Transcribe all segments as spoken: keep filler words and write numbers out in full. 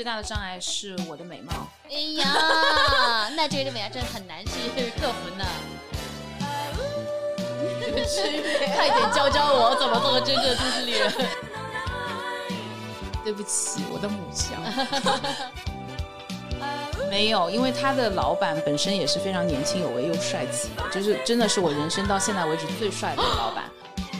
最大的障碍是我的美貌。 哎呀，那这个美貌真的很难去克服呢。快点教教我怎么做个真正的都市丽人。 对不起，我的母校。没有，因为他的老板本身也是非常年轻有为又帅气的，就是真的是我人生到现在为止最帅的老板。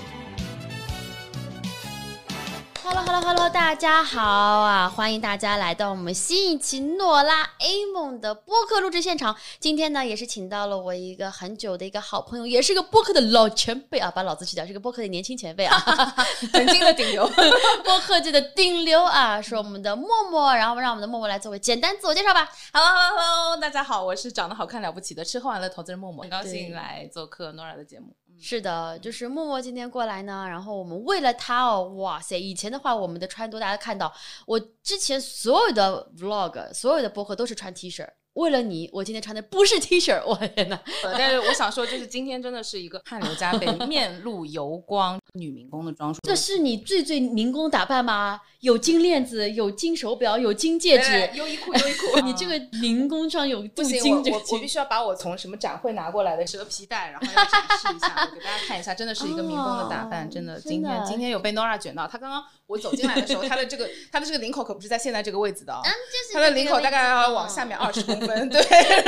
Hello Hello Hello， 大家好啊！欢迎大家来到我们新一期诺拉 A 梦的播客录制现场。今天呢，也是请到了我一个很久的一个好朋友，也是个播客的老前辈啊，把老字去掉，是个播客的年轻前辈啊， 曾经的顶流， 播客界的顶流啊，是我们的默默。然后让我们的默默来作为简单自我介绍吧。 Hello Hello Hello， 大家好，我是长得好看了不起的吃喝玩乐投资人默默，很高兴来做客 Nora 的节目。 是的，就是默默今天过来呢，然后我们为了他哦，哇塞！以前的话，我们的穿着大家看到，我之前所有的 vlog、所有的播客都是穿 T 恤。为了你，我今天穿的不是 T 恤，我的天哪！ 但是我想说，就是今天真的是一个汗流浃背、面露油光女民工的装束。 这是你最最民工打扮吗？有金链子，有金手表，有金戒指， 优衣库，优衣库。 你这个民工装有镀金这个我我我必须要把我从什么展会拿过来的蛇皮袋，然后要展示一下，我给大家看一下，真的是一个民工的打扮，哦、真的。今天今天有被 Nora 卷到，她刚刚我走进来的时候，她的这个她的这个领口可不是在现在这个位置的哦， 嗯就是、 她的领口大概要往下面二十公分，对。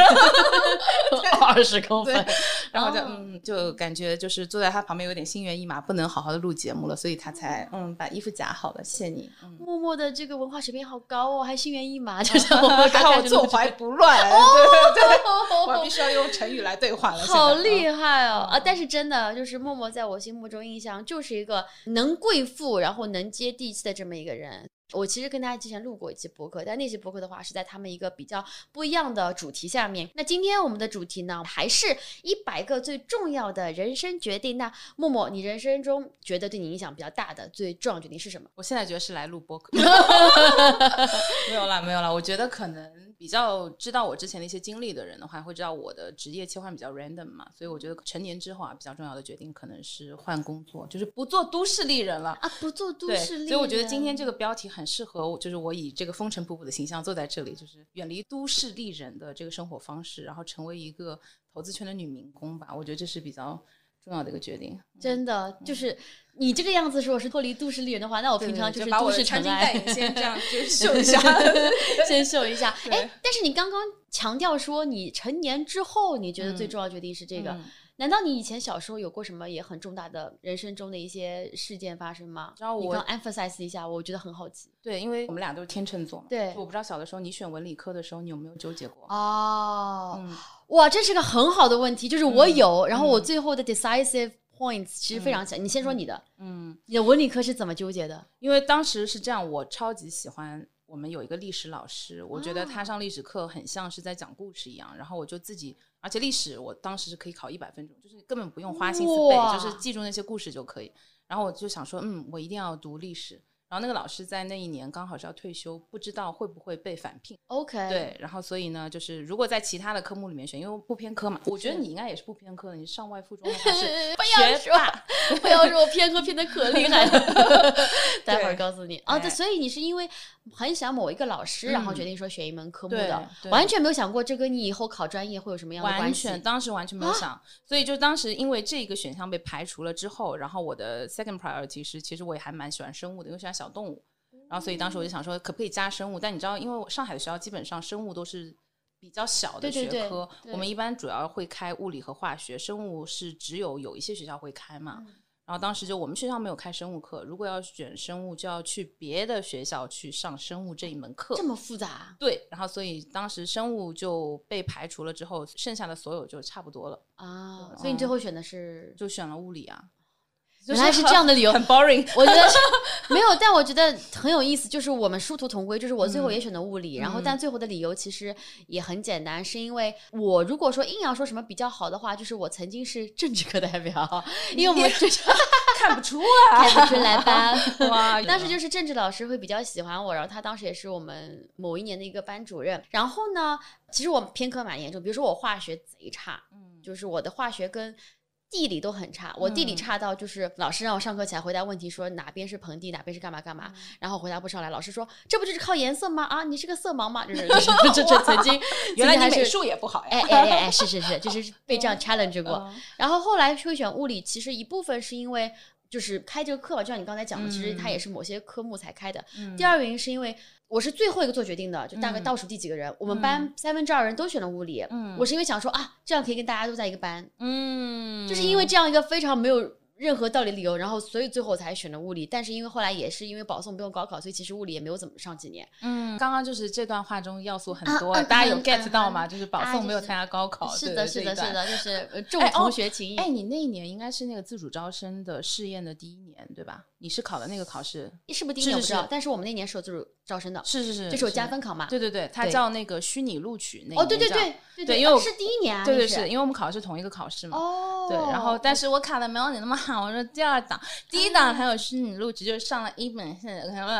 二十公分， 然后就、哦、嗯，就感觉就是坐在他旁边有点心猿意马，不能好好的录节目了，所以他才嗯把衣服夹好了，谢你。嗯、 默默的这个文化水平好高哦，还心猿意马，就是我还好我坐怀不乱，哦、对对对，我必须要用成语来兑换了， 好厉害哦、嗯、啊！但是真的就是默默在我心目中印象就是一个能贵妇，然后能接地气的这么一个人。我其实跟大家之前录过一期播客，但那期播客的话是在他们一个比较不一样的主题下面。那今天我们的主题呢，还是一百个最重要的人生决定。那默默，你人生中觉得对你影响比较大的最重要的决定是什么？ 我现在觉得是来录播客。没有啦没有啦，我觉得可能比较知道我之前的一些经历的人的话，会知道我的职业切换比较 random 嘛，所以我觉得成年之后啊，比较重要的决定可能是换工作，就是不做都市丽人了啊，不做都市丽人。 所以我觉得今天这个标题很适合我，就是我以这个风尘仆仆的形象坐在这里，就是远离都市丽人的这个生活方式，然后成为一个投资圈的女民工吧。我觉得这是比较重要的一个决定。 真的，就是你这个样子，如果是脱离都市丽人的话，那我平常就是都市尘埃。 对对对，就把我的穿金戴银先这样就秀一下， 先秀一下。哎，但是你刚刚强调说你成年之后，你觉得最重要的决定是这个。嗯嗯，难道你以前小时候有过什么也很重大的人生中的一些事件发生吗？ 然后我你刚 emphasize 一下，我觉得很好奇。 对，因为我们俩都是天秤座嘛。 对， 我不知道小的时候你选文理科的时候，你有没有纠结过？ 哦，嗯、哇，这是个很好的问题，就是我有，嗯、然后我最后的 decisive points 其实非常小。嗯、你先说你的，嗯，你的文理科是怎么纠结的？ 因为当时是这样，我超级喜欢。我们有一个历史老师，我觉得他上历史课很像是在讲故事一样，哦、然后我就自己，而且历史我当时是可以考一百分钟，就是根本不用花心思背，就是记住那些故事就可以。然后我就想说，嗯，我一定要读历史。然后那个老师在那一年刚好是要退休，不知道会不会被返聘。 OK， 对，然后所以呢，就是如果在其他的科目里面选，因为不偏科嘛，我觉得你应该也是不偏科的，你上外附中的话是学霸。 不要说我偏科偏的可厉害了，待会儿告诉你啊。对，所以你是因为很想某一个老师，嗯、然后决定说选一门科目的，完全没有想过这跟你以后考专业会有什么样的关系？ 完全，当时完全没有想。啊、所以就当时因为这个选项被排除了之后，然后我的 second priority 是，其实我也还蛮喜欢生物的，因为喜欢小动物。然后所以当时我就想说可不可以加生物，但你知道因为上海的学校基本上生物都是比较小的学科， 对对对对， 我们一般主要会开物理和化学，生物是只有有一些学校会开嘛。嗯、然后当时就我们学校没有开生物课，如果要选生物就要去别的学校去上生物这一门课。 这么复杂？ 对，然后所以当时生物就被排除了之后，剩下的所有就差不多了啊。所以你最后选的是、 嗯、就选了物理啊。 原来是这样的理由， 很 boring。 我觉得是没有，但我觉得很有意思。就是我们殊途同归，就是我最后也选的物理，嗯、然后但最后的理由其实也很简单，是因为我如果说硬要说什么比较好的话，就是我曾经是政治课代表，因为我们看不出啊， 看不出来吧？哇，当时就是政治老师会比较喜欢我，然后他当时也是我们某一年的一个班主任。然后呢，其实我偏科蛮严重，比如说我化学贼差，嗯，就是我的化学跟地理都很差，我地理差到就是老师让我上课起来回答问题，说哪边是盆地，哪边是干嘛干嘛，嗯、然后回答不上来，老师说这不就是靠颜色吗？啊，你是个色盲吗？就是就是这这曾经原来你美术也不好呀， 哎哎哎哎，是是是，就是被这样 challenge 过。嗯、然后后来会选物理，其实一部分是因为就是开这个课吧，就像你刚才讲的，嗯、其实它也是某些科目才开的。嗯、第二个原因是因为我是最后一个做决定的，就大概倒数第几个人，嗯、我们班三分之二人都选了物理。嗯、我是因为想说啊，这样可以跟大家都在一个班。嗯，就是因为这样一个非常没有任何道理理由，然后所以最后才选了物理。但是因为后来也是因为保送不用高考，所以其实物理也没有怎么上几年。 嗯，刚刚就是这段话中要素很多，啊、大家有 get 到吗？啊、就是保送没有参加高考。 啊、是的，是的，是的，就是重同学情谊。 哎、哦，你那一年应该是那个自主招生的试验的第一年，对吧？你是考的那个考试， 是不是第一年我不知道？但是我们那年是有自主招生的， 是是是， 就是有加分考嘛。 对对对，它叫那个虚拟录取那一年。 哦，对对对对对，因为我是第一年啊。 对对是，因为我们考的是同一个考试嘛。哦。对，然后但是我考的没有你那么好，我说第二档，第一档还有虚拟录取，就是上了一本线，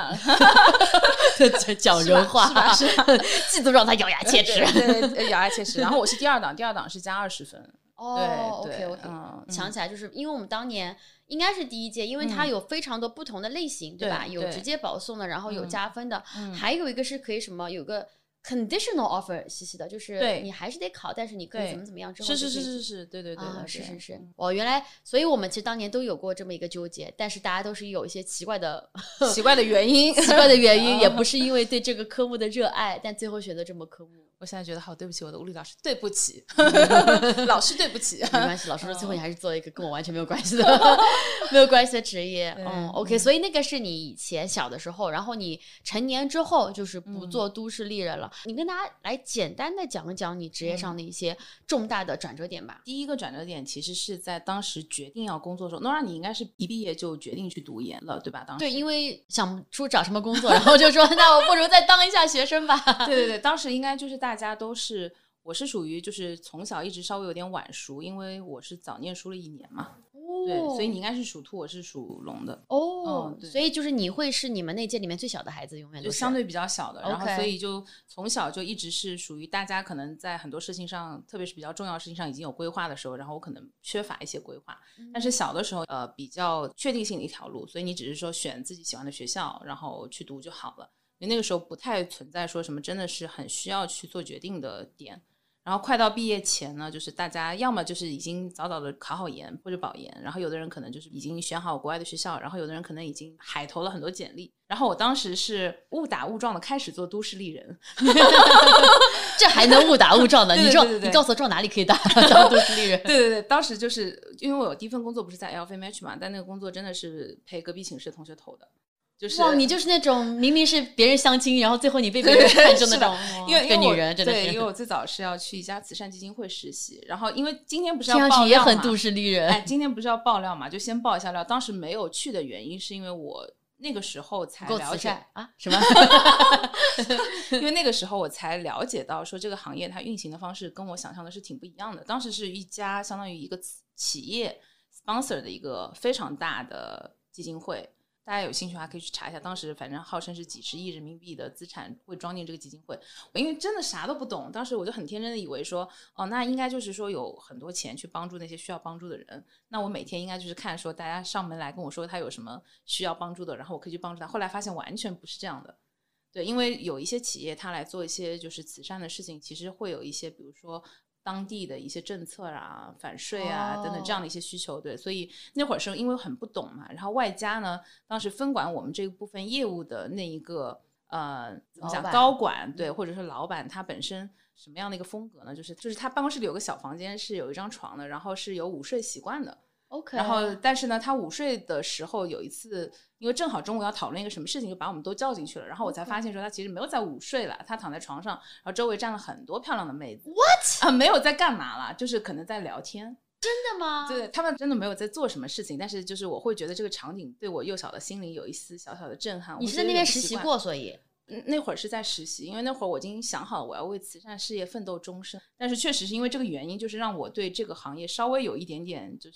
讲人话是吧？是吧？ 嫉妒让他咬牙切齿， 对对，咬牙切齿。然后我是第二档，第二档是加二十分。 哦 ，OK OK，嗯，想起来就是因为我们当年应该是第一届，因为它有非常多不同的类型，对吧？有直接保送的，然后有加分的，还有一个是可以什么，有个 conditional offer 西西的，就是你还是得考，但是你可以怎么怎么样之后， 是是是是是，对对对， 是是是。哦，原来，所以我们其实当年都有过这么一个纠结，但是大家都是有一些奇怪的奇怪的原因， 奇怪的原因，也不是因为对这个科目的热爱，但最后选择这么科目。 我现在觉得好对不起我的物理老师，对不起老师对不起。 没关系，老师说最后你还是做了一个跟我完全没有关系的没有关系的职业。嗯 OK， 所以那个是你以前小的时候，然后你成年之后就是不做都市丽人了。嗯、你跟大家来简单的讲一讲你职业上的一些重大的转折点吧。 嗯、第一个转折点其实是在当时决定要工作的时候，诺拉你应该是一毕业就决定去读研了，对吧？当时对，因为想不出找什么工作，然后就说那我不如再当一下学生吧。 对对对，当时应该就是大家都是，我是属于就是从小一直稍微有点晚熟，因为我是早念书了一年嘛。哦、对，所以你应该是属兔，我是属龙的。 哦、嗯，所以就是你会是你们那届里面最小的孩子，永远都是就相对比较小的。然后所以就从小就一直是属于大家可能在很多事情上，特别是比较重要的事情上已经有规划的时候，然后我可能缺乏一些规划。嗯、但是小的时候呃比较确定性的一条路，所以你只是说选自己喜欢的学校，然后去读就好了。因为那个时候不太存在说什么真的是很需要去做决定的点。然后快到毕业前呢，就是大家要么就是已经早早的考好研或者保研，然后有的人可能就是已经选好国外的学校，然后有的人可能已经海投了很多简历。然后我当时是误打误撞的开始做都市丽人这还能误打误撞的？你知道你告诉我撞哪里可以当当都市丽人？ 对对对，当时就是因为我有第一份工作不是在 L V Match 嘛，但那个工作真的是陪隔壁寝室同学投的。就是、 哇，你就是那种明明是别人相亲，然后最后你被别人看中那种因为这个女人，真的是。 对，因为我最早是要去一家慈善基金会实习，然后因为今天不是要爆料嘛， 听上去也很都市丽人。 哎，今天不是要爆料嘛，就先爆一下料。当时没有去的原因是因为我那个时候才了解啊什么？ 因为那个时候我才了解到说这个行业它运行的方式跟我想象的是挺不一样的。当时是一家相当于一个企业 sponsor 的一个非常大的基金会。大家有兴趣的话可以去查一下，当时反正号称是几十亿人民币的资产会装进这个基金会。我因为真的啥都不懂，当时我就很天真的以为说，哦，那应该就是说有很多钱去帮助那些需要帮助的人。那我每天应该就是看说大家上门来跟我说他有什么需要帮助的，然后我可以去帮助他。后来发现完全不是这样的。对，因为有一些企业他来做一些就是慈善的事情，其实会有一些比如说当地的一些政策啊、反税啊、oh. 等等这样的一些需求。对，所以那会儿是因为很不懂嘛，然后外加呢，当时分管我们这部分业务的那一个呃怎么讲高管，对，或者是老板，他本身什么样的一个风格呢？就是就是他办公室里有个小房间，是有一张床的，然后是有午睡习惯的。 OK， 然后但是呢他午睡的时候有一次因为正好中午要讨论一个什么事情，就把我们都叫进去了，然后我才发现说他其实没有在午睡了，他躺在床上，然后周围站了很多漂亮的妹子。 What？ 啊，没有在干嘛啦，就是可能在聊天。 真的吗？ 对，他们真的没有在做什么事情，但是就是我会觉得这个场景对我幼小的心灵有一丝小小的震撼。 你是在那边实习过？所以那会儿是在实习，因为那会儿我已经想好了我要为慈善事业奋斗终身，但是确实是因为这个原因，就是让我对这个行业稍微有一点点就是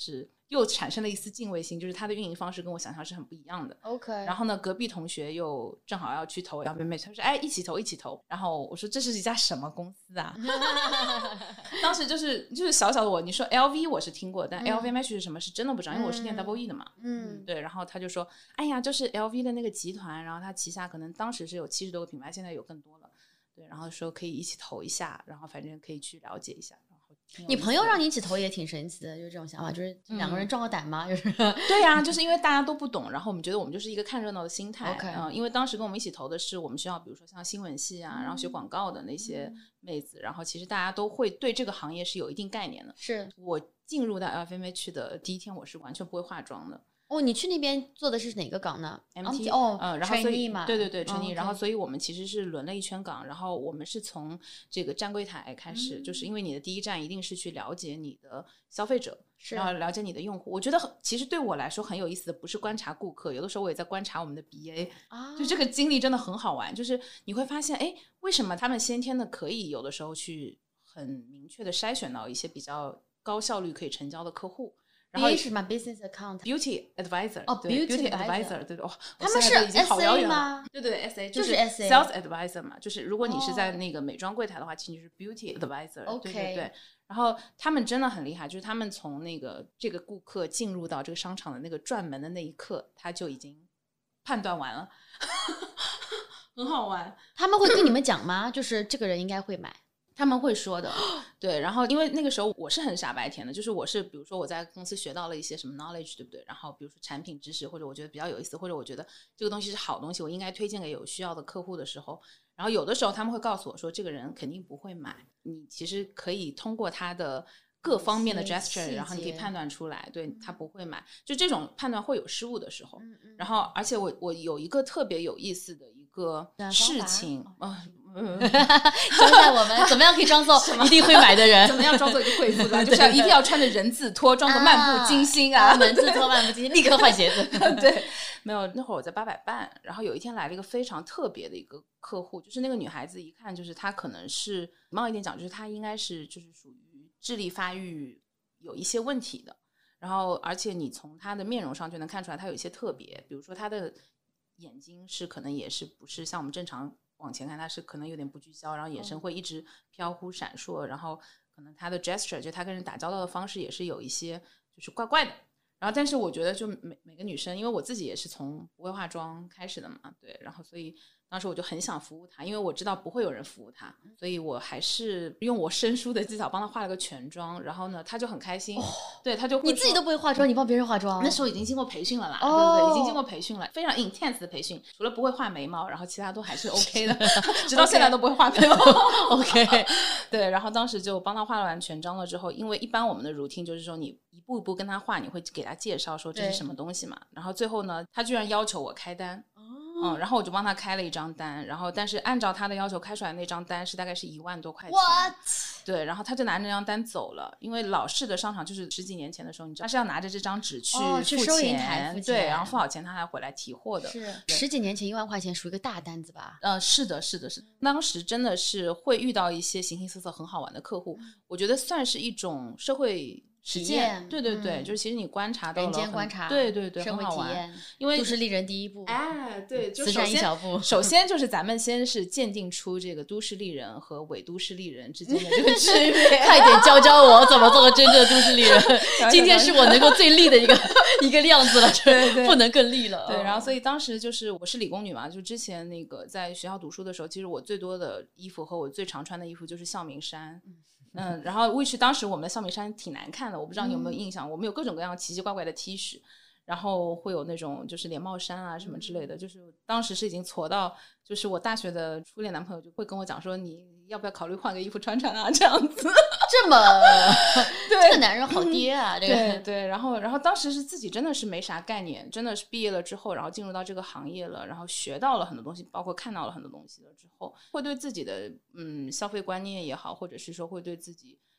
又产生了一丝敬畏心，就是它的运营方式跟我想象是很不一样的。 OK， 然后呢，隔壁同学又正好要去投 L V M H， 他说：“哎，一起投，一起投。”然后我说：“这是一家什么公司啊？”当时就是就是小小的我，你说 L V 我是听过，但 L V M H 是什么是真的不知道，因为我是念 Double E 的嘛。 嗯， 对。然后他就说：“哎呀，就是 L V 的那个集团，然后他旗下可能当时是有七十多个品牌，现在有更多了。对，然后说可以一起投一下，然后反正可以去了解一下。” 你朋友让你一起投也挺神奇的，就是这种想法，就是两个人壮个胆嘛，嗯、就是对呀、啊，就是因为大家都不懂，然后我们觉得我们就是一个看热闹的心态。 OK， 嗯、呃，因为当时跟我们一起投的是我们学校，比如说像新闻系啊，嗯、然后学广告的那些妹子，嗯、然后其实大家都会对这个行业是有一定概念的。 是我进入到 L V M H 的第一天，我是完全不会化妆的。 哦，你去那边做的是哪个岗呢 ？M T 哦， 嗯，然后所以嘛， 对对对 trainee，、哦、然后 okay 所以我们其实是轮了一圈岗，然后我们是从这个站柜台开始，嗯、就是因为你的第一站一定是去了解你的消费者，然后了解你的用户。我觉得其实对我来说很有意思的不是观察顾客，有的时候我也在观察我们的 B A，、啊、就这个经历真的很好玩，就是你会发现，哎，为什么他们先天的可以有的时候去很明确的筛选到一些比较高效率可以成交的客户。然后 B A 是什么 Business Account Beauty Advisor 哦 Beauty, Beauty Advisor 对哦， 他们是 S A 吗？ 对对 S A 就是 Sales Advisor 嘛，就是如果你是在那个美妆柜台的话，其实就是 Beauty Advisor、 哦、 对对对。然后他们真的很厉害，就是他们从那个这个顾客进入到这个商场的那个转门的那一刻，他就已经判断完了很好玩。 他们会跟你们讲吗？就是这个人应该会买。 他们会说的，对。然后因为那个时候我是很傻白甜的，就是我是比如说我在公司学到了一些什么 knowledge， 对不对？然后比如说产品知识，或者我觉得比较有意思，或者我觉得这个东西是好东西，我应该推荐给有需要的客户的时候，然后有的时候他们会告诉我说，这个人肯定不会买，你其实可以通过他的各方面的 gesture， 然后你可以判断出来，对，他不会买，就这种判断会有失误的时候。然后而且我我有一个特别有意思的一个事情啊。嗯，教一下我们怎么样可以装作一定会买的人， 怎么样装作一个贵妇呢？就是要一定要穿着人字拖，装作漫不经心啊， 人字拖漫不经心，立刻换鞋子。 对，没有，那会儿我在八百半，然后有一天来了一个非常特别的一个客户，就是那个女孩子一看就是她可能是礼貌一点讲，就是她应该是就是属于智力发育有一些问题的，然后而且你从她的面容上就能看出来她有一些特别，比如说她的眼睛是可能也是不是像我们正常往前看，他是可能有点不聚焦，然后眼神会一直飘忽闪烁、嗯、然后可能他的 gesture 就他跟人打交道的方式也是有一些就是怪怪的。然后但是我觉得就每每个女生，因为我自己也是从不会化妆开始的嘛，对，然后所以当时我就很想服务她，因为我知道不会有人服务她，所以我还是用我生疏的技巧帮她化了个全妆，然后呢她就很开心、哦、对，她就会你自己都不会化妆你帮别人化妆？ 那时候已经经过培训了啦、 哦、 对对对，已经经过培训了，非常 intense 的培训，除了不会画眉毛，然后其他都还是 OK 的直到现在都不会画眉毛 OK 对，然后当时就帮她画了完全妆了之后，因为一般我们的 routine 就是说你一步一步跟她画，你会给她介绍说这是什么东西嘛，然后最后呢她居然要求我开单，嗯，然后我就帮他开了一张单，然后但是按照他的要求开出来那张单是大概是一万多块钱 What？ 对，然后他就拿着那张单走了，因为老式的商场就是十几年前的时候，你知道他是要拿着这张纸去付钱、 哦、去收银台付钱， 对，然后付好钱他还回来提货的。 是十几年前一万块钱属于一个大单子吧？ 呃，是的是的是的，当时真的是会遇到一些形形色色很好玩的客户、嗯、我觉得算是一种社会实践，对对对、嗯、就是其实你观察到了人间观察， 对对对， 社会体验， 因为都市丽人第一步， 哎，对，就慈善一小步。 首先就是咱们先是鉴定出这个都市丽人和伪都市丽人之间的这个区别快点教教我怎么做个真正的都市丽人今天是我能够最丽的一个一个样子了， 对对， 不能更丽了。 对，然后所以当时就是我是理工女嘛，就之前那个在学校读书的时候，其实我最多的衣服和我最常穿的衣服就是孝明衫。嗯，然后 which 当时我们的孝明衫挺难看的，我不知道你有没有印象、嗯、我们有各种各样奇奇怪怪的 T 恤，然后会有那种就是连帽衫啊什么之类的、嗯、就是当时是已经挫到就是我大学的初恋男朋友就会跟我讲说你要不要考虑换个衣服穿穿啊这样子这么对这个男人好爹啊、嗯、这个对对，然后然后当时是自己真的是没啥概念，真的是毕业了之后然后进入到这个行业了，然后学到了很多东西，包括看到了很多东西了之后，会对自己的嗯消费观念也好，或者是说会对自己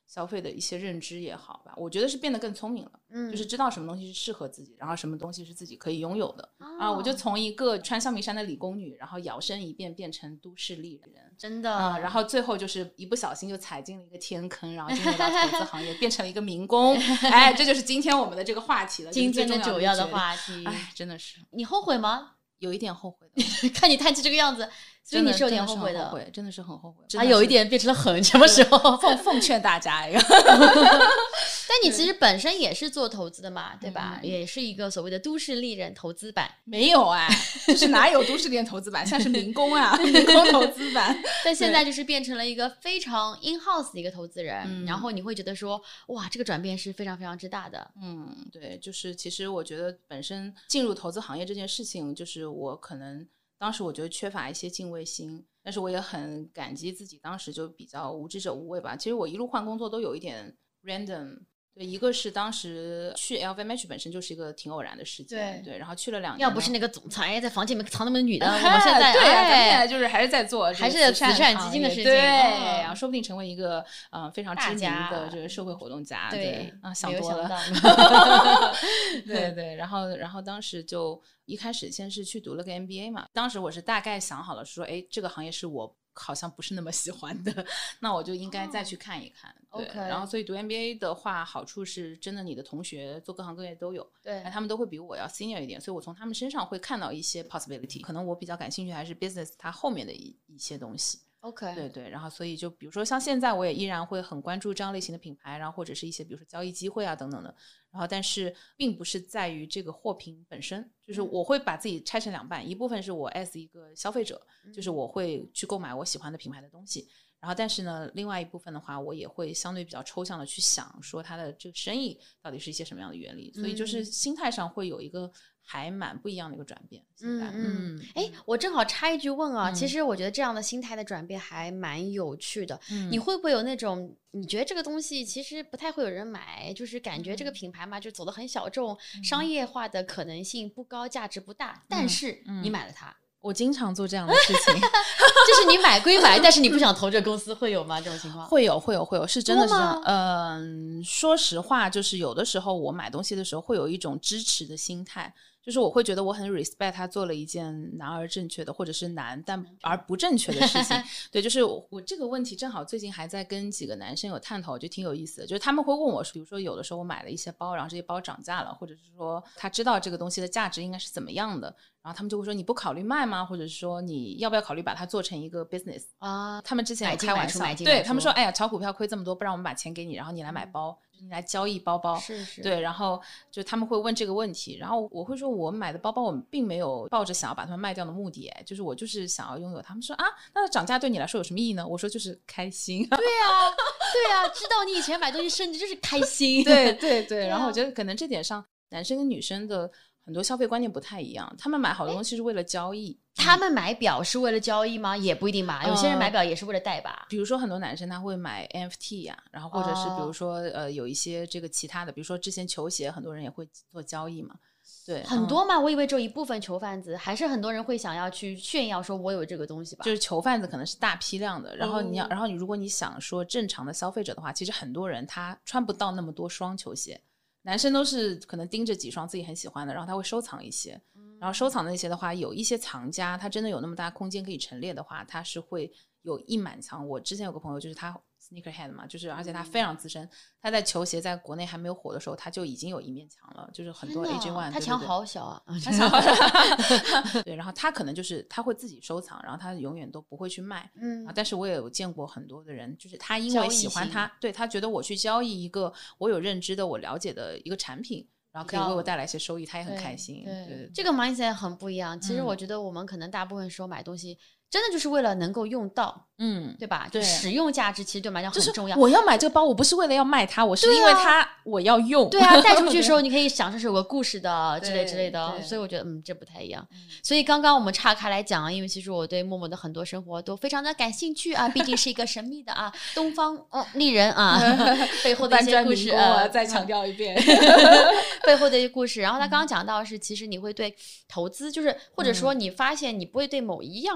消费的一些认知也好吧，我觉得是变得更聪明了， 嗯， 就是知道什么东西是适合自己，然后什么东西是自己可以拥有的、 哦、 啊，我就从一个穿橡皮衫的理工女，然后摇身一变变成都市丽人， 真的啊、嗯，然后最后就是一不小心就踩进了一个天坑，然后进入到投资行业，变成了一个民工。哎，这就是今天我们的这个话题了， 今天的主要的的话题。 哎，真的是， 你后悔吗？ 有一点后悔的， 看你叹气这个样子，所以你是有点后悔的，的真的是很后悔。 啊，有一点变成了很什么时候？ 奉奉劝大家一个。 但你其实本身也是做投资的嘛，对吧？ 嗯、 也是一个所谓的都市丽人投资版。 没有哎，就是哪有都市丽人投资版？现在是民工啊，民工投资版。 但现在就是变成了一个非常 in house 的一个投资人， 嗯、 然后你会觉得说，哇，这个转变是非常非常之大的。 嗯，对，就是其实我觉得本身进入投资行业这件事情，就是我可能当时我觉得缺乏一些敬畏心，但是我也很感激自己当时就比较无知者无畏吧。其实我一路换工作都有一点 random。对，一个是当时去 L V M H 本身就是一个挺偶然的事件， 对, 对，然后去了两年， 要不是那个总裁在房间里面藏那么女的，我们现在对啊， 哎、 咱们现在就是还是在做还是慈善基金的事情， 对， 哦、 然后说不定成为一个呃非常知名的这个社会活动家， 对, 对啊，想多了，对对，然后然后当时就一开始先是去读了个 M B A 嘛，当时我是大概想好了说，哎，这个行业是我好像不是那么喜欢的，那我就应该再去看一看。 哦、 对， okay. 然后所以读 M B A 的话，好处是真的你的同学做各行各业都有， 对， 他们都会比我要 senior 一点，所以我从他们身上会看到一些 possibility。可能我比较感兴趣还是 business 它后面的一一些东西。 OK， 对对，然后所以就比如说像现在我也依然会很关注这样类型的品牌，然后或者是一些比如说交易机会啊等等的，然后但是并不是在于这个货品本身，就是我会把自己拆成两半，一部分是我 as 一个消费者，就是我会去购买我喜欢的品牌的东西，然后但是呢另外一部分的话我也会相对比较抽象的去想说它的这个生意到底是一些什么样的原理，所以就是心态上会有一个还蛮不一样的一个转变。 嗯嗯，哎，我正好插一句问啊、 嗯， 其实我觉得这样的心态的转变还蛮有趣的。 嗯， 你会不会有那种你觉得这个东西其实不太会有人买，就是感觉这个品牌嘛就走得很小众、嗯、商业化的可能性不高，价值不大，但是你买了它。 嗯嗯，我经常做这样的事情就是你买归买但是你不想投这公司，会有吗这种情况？ 会有会有会有，是真的是嗯、呃，说实话就是有的时候我买东西的时候会有一种支持的心态，就是我会觉得我很 respect 他做了一件难而正确的或者是难但而不正确的事情对，就是我, 我这个问题正好最近还在跟几个男生有探讨，我觉得挺有意思的，就是他们会问我比如说有的时候我买了一些包，然后这些包涨价了，或者是说他知道这个东西的价值应该是怎么样的，然后他们就会说你不考虑卖吗，或者是说你要不要考虑把它做成一个 business 啊？ 他们之前有开玩笑，对他们说哎呀炒股票亏这么多，不然我们把钱给你，然后你来买包、嗯、你来交易包包， 是是， 对，然后就他们会问这个问题，然后我会说我买的包包我们并没有抱着想要把它们卖掉的目的，哎，就是我就是想要拥有。他们说啊，那涨价对你来说有什么意义呢？我说就是开心。 对啊对啊，知道你以前买东西甚至就是开心对对对，然后我觉得可能这点上男生跟女生的很多消费观念不太一样，他们买好多东西是为了交易。 他们买表是为了交易吗？也不一定吧，有些人买表也是为了戴吧、 呃、比如说很多男生他会买 N F T 呀、啊，然后或者是比如说、哦、呃有一些这个其他的，比如说之前球鞋很多人也会做交易嘛，对， 很多嘛、嗯、我以为只有一部分球贩子，还是很多人会想要去炫耀说我有这个东西吧， 就是球贩子可能是大批量的，然后你要、嗯、然后你如果你想说正常的消费者的话，其实很多人他穿不到那么多双球鞋，男生都是可能盯着几双自己很喜欢的，然后他会收藏一些，然后收藏的那些的话，有一些藏家他真的有那么大空间可以陈列的话，他是会有一满仓。我之前有个朋友就是他 sneakerhead 嘛，就是而且他非常资深，他在球鞋在国内还没有火的时候他就已经有一面墙了，就是很多 A J 一， 他墙好小啊， 他墙好小对，然后他可能就是他会自己收藏，然后他永远都不会去卖，嗯，但是我也有见过很多的人，就是他因为喜欢他，对，他觉得我去交易一个我有认知的我了解的一个产品，然后可以为我带来一些收益，他也很开心。 对, 对, 对， 这个 mindset 很不一样。其实我觉得我们可能大部分时候买东西、嗯、真的就是为了能够用到，嗯，对吧？对，使用价值其实对我们来讲很重要、 就是、我要买这个包我不是为了要卖它，我是因为它我要用， 对啊，带出去的时候你可以想是有个故事的之类之类的，所以我觉得嗯这不太一样、嗯、所以刚刚我们岔开来讲，因为其实我对默默的很多生活都非常的感兴趣啊，毕竟是一个神秘的啊东方哦丽人啊背后的一些故事啊，再强调一遍背后的一些故事。然后他刚刚讲到是其实你会对投资就是或者说你发现你不会对某一样商品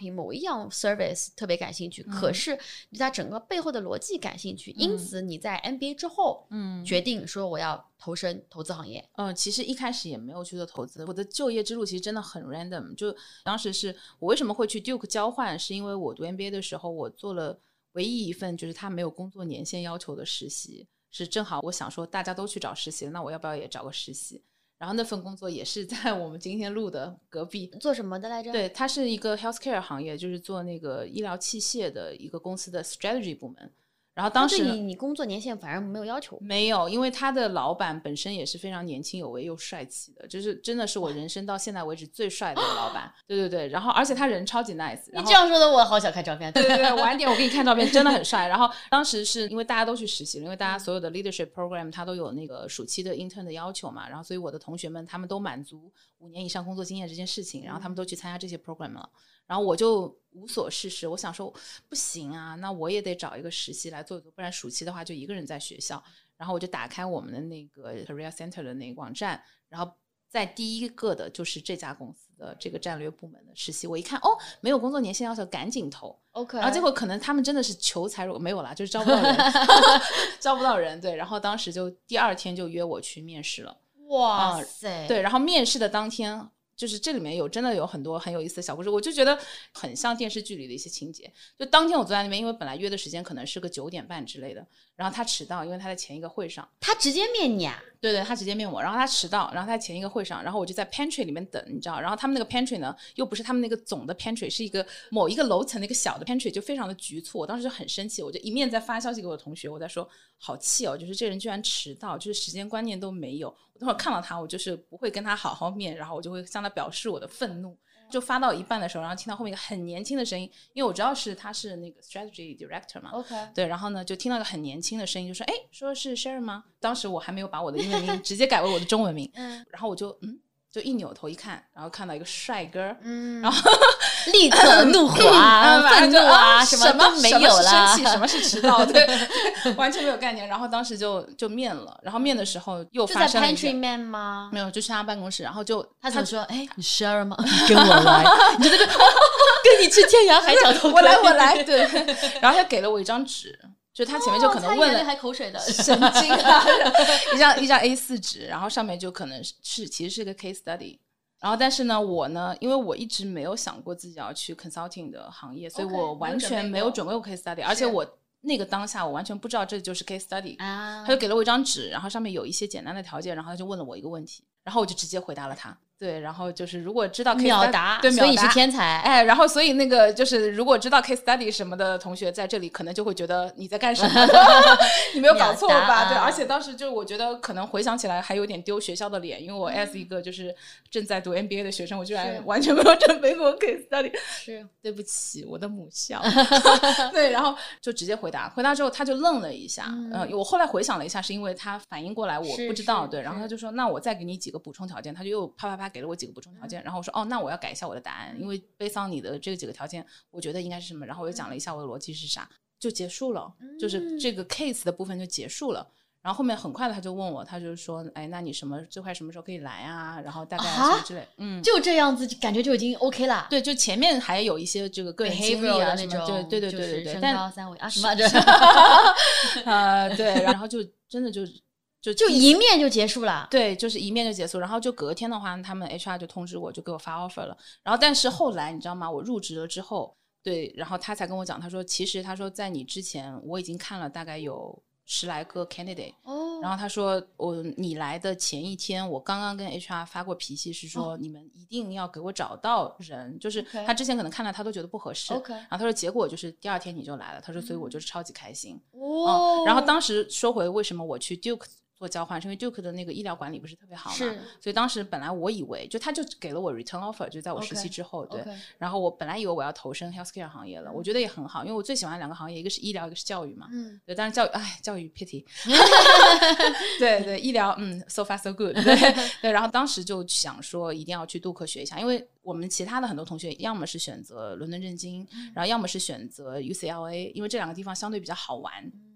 品某一样 service 特别感兴趣，嗯、可是你对它整个背后的逻辑感兴趣，嗯、因此你在 M B A 之后，嗯，决定说我要投身投资行业。 嗯，其实一开始也没有去做投资，我的就业之路其实真的很 random。就当时是我为什么会去 Duke 交换，是因为我读 M B A 的时候，我做了唯一一份就是他没有工作年限要求的实习，是正好我想说大家都去找实习了，那我要不要也找个实习？然后那份工作也是在我们今天录的隔壁。 做什么的来着？ 对，它是一个 healthcare 行业，就是做那个医疗器械的一个公司的 strategy 部门。然后当时对你你工作年限反而没有要求？ 没有，因为他的老板本身也是非常年轻有为又帅气的，就是真的是我人生到现在为止最帅的老板。对对对，然后而且他人超级 nice。 你这样说的我好想看照片。 对对对，晚点我给你看照片，真的很帅。然后当时是因为大家都去实习了，因为大家所有的 leadership program 它都有那个暑期的 intern 的要求嘛，然后所以我的同学们他们都满足五年以上工作经验这件事情，然后他们都去参加这些 program 了。然后我就无所事事，我想说不行啊，那我也得找一个实习来做一做，不然暑期的话就一个人在学校。然后我就打开我们的那个 career center 的那个网站，然后在第一个的就是这家公司的这个战略部门的实习。我一看哦，没有工作年限要求，赶紧投。 OK， 然后结果可能他们真的是求财，没有啦，就是招不到人招不到人。对，然后当时就第二天就约我去面试了。 哇塞、 嗯、对，然后面试的当天就是这里面有真的有很多很有意思的小故事，我就觉得很像电视剧里的一些情节。就当天我坐在那边，因为本来约的时间可能是个九点半之类的，然后他迟到，因为他在前一个会上。 他直接面你啊？ 对对，他直接面我，然后他迟到，然后他在前一个会上，然后我就在 pantry 里面等，你知道，然后他们那个 pantry 呢又不是他们那个总的 pantry， 是一个某一个楼层的一个小的 pantry， 就非常的局促。我当时就很生气，我就一面在发消息给我的同学，我在说好气哦，就是这人居然迟到，就是时间观念都没有。我等会儿看到他，我就是不会跟他好好面，然后我就会向他表示我的愤怒。就发到一半的时候，然后听到后面一个很年轻的声音，因为我知道是他是那个 strategy director 嘛。 OK， 对，然后呢就听到一个很年轻的声音，就说哎，说是 Sharon 吗？当时我还没有把我的英文名直接改为我的中文名嗯，然后我就嗯就一扭头一看，然后看到一个帅哥，嗯，然后立刻怒火啊、愤怒啊， 什么都没有了。 什么是生气，什么是迟到，对，完全没有概念。然后当时就就面了，然后面的时候又发生了一件， 就在 pantry 面吗？ 没有，就去他办公室，然后就他怎么说？哎，你 Sharon 吗？跟我来，你就在这跟你去天涯海角都我来，我来，对。然后他给了我一张纸。就他前面就可能问了， 哦、还口水的神经啊，一张一张 A 四 纸，然后上面就可能是其实是个 case study， 然后但是呢，我呢，因为我一直没有想过自己要去 consulting 的行业，所以我完全没有准备过 case study， 而且我那个当下我完全不知道这就是 case study，啊、他就给了我一张纸，然后上面有一些简单的条件，然后他就问了我一个问题，然后我就直接回答了他。对，然后就是如果知道 case study， 秒答， 对， 所以你是天才。 哎，然后所以那个就是如果知道 case study 什么的同学在这里可能就会觉得你在干什么你没有搞错吧？对，而且当时就我觉得可能回想起来还有点丢学校的脸，因为我 as 一个就是正在读 M B A 的学生，我居然完全没有准备过 case study， 是对不起我的母校对，然后就直接回答，回答之后他就愣了一下，嗯、呃，我后来回想了一下，是因为他反应过来我不知道，对，然后他就说那我再给你几个补充条件，他就又啪啪啪给了我几个补充条件，然后我说哦，那我要改一下我的答案，因为based on你的这几个条件，我觉得应该是什么，然后我又讲了一下我的逻辑是啥，就结束了，就是这个 case 的部分就结束了。然后后面很快的他就问我，他就说哎，那你什么最快什么时候可以来啊，然后大概什么之类、啊、嗯， 就这样子感觉就已经 OK 了。 对，就前面还有一些这个个人经历啊那种，对对对对对， 身高三围啊什么这呃对，然后就真的就就就一面就结束了。 对，就是一面就结束，然后就隔天的话他们 H R 就通知我，就给我发 offer 了。然后但是后来你知道吗，我入职了之后，对，然后他才跟我讲，他说其实他说在你之前我已经看了大概有十来个 candidate、哦、然后他说我你来的前一天我刚刚跟 H R 发过脾气，是说、哦、你们一定要给我找到人，就是他之前可能看了他都觉得不合适、okay. 然后他说结果就是第二天你就来了，他说所以我就是超级开心、哦嗯、然后当时说回为什么我去 Duke做交换，是因为 Duke 的那个医疗管理不是特别好嘛， 是， 所以当时本来我以为就他就给了我 return offer， 就在我实习之后、okay, 对、okay. 然后我本来以为我要投身 healthcare 行业了、嗯、我觉得也很好，因为我最喜欢两个行业，一个是医疗一个是教育嘛，嗯，对，但是教育哎教育 pity 对对，医疗嗯 so far so good 对对，然后当时就想说一定要去杜克学一下，因为我们其他的很多同学要么是选择伦敦政经、嗯、然后要么是选择 U C L A， 因为这两个地方相对比较好玩、嗯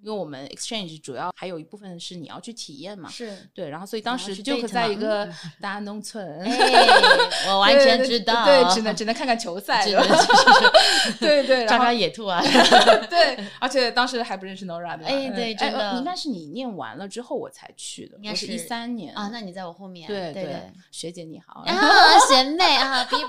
因为我们 exchange 主要还有一部分是你要去体验嘛， 是对，然后所以当时去就 date 在一嘛个大农村， 哎，我完全知道， 对，对只能只能看看球赛， 只能就是对对， 抓抓野兔啊， 对，而且当时还不认识 Nora 的， 哎，对，真的， 哎，应该是你念完了之后我才去的，我是一三年啊，那你在我后面， 对对对， 学姐你好啊，学妹啊 ，be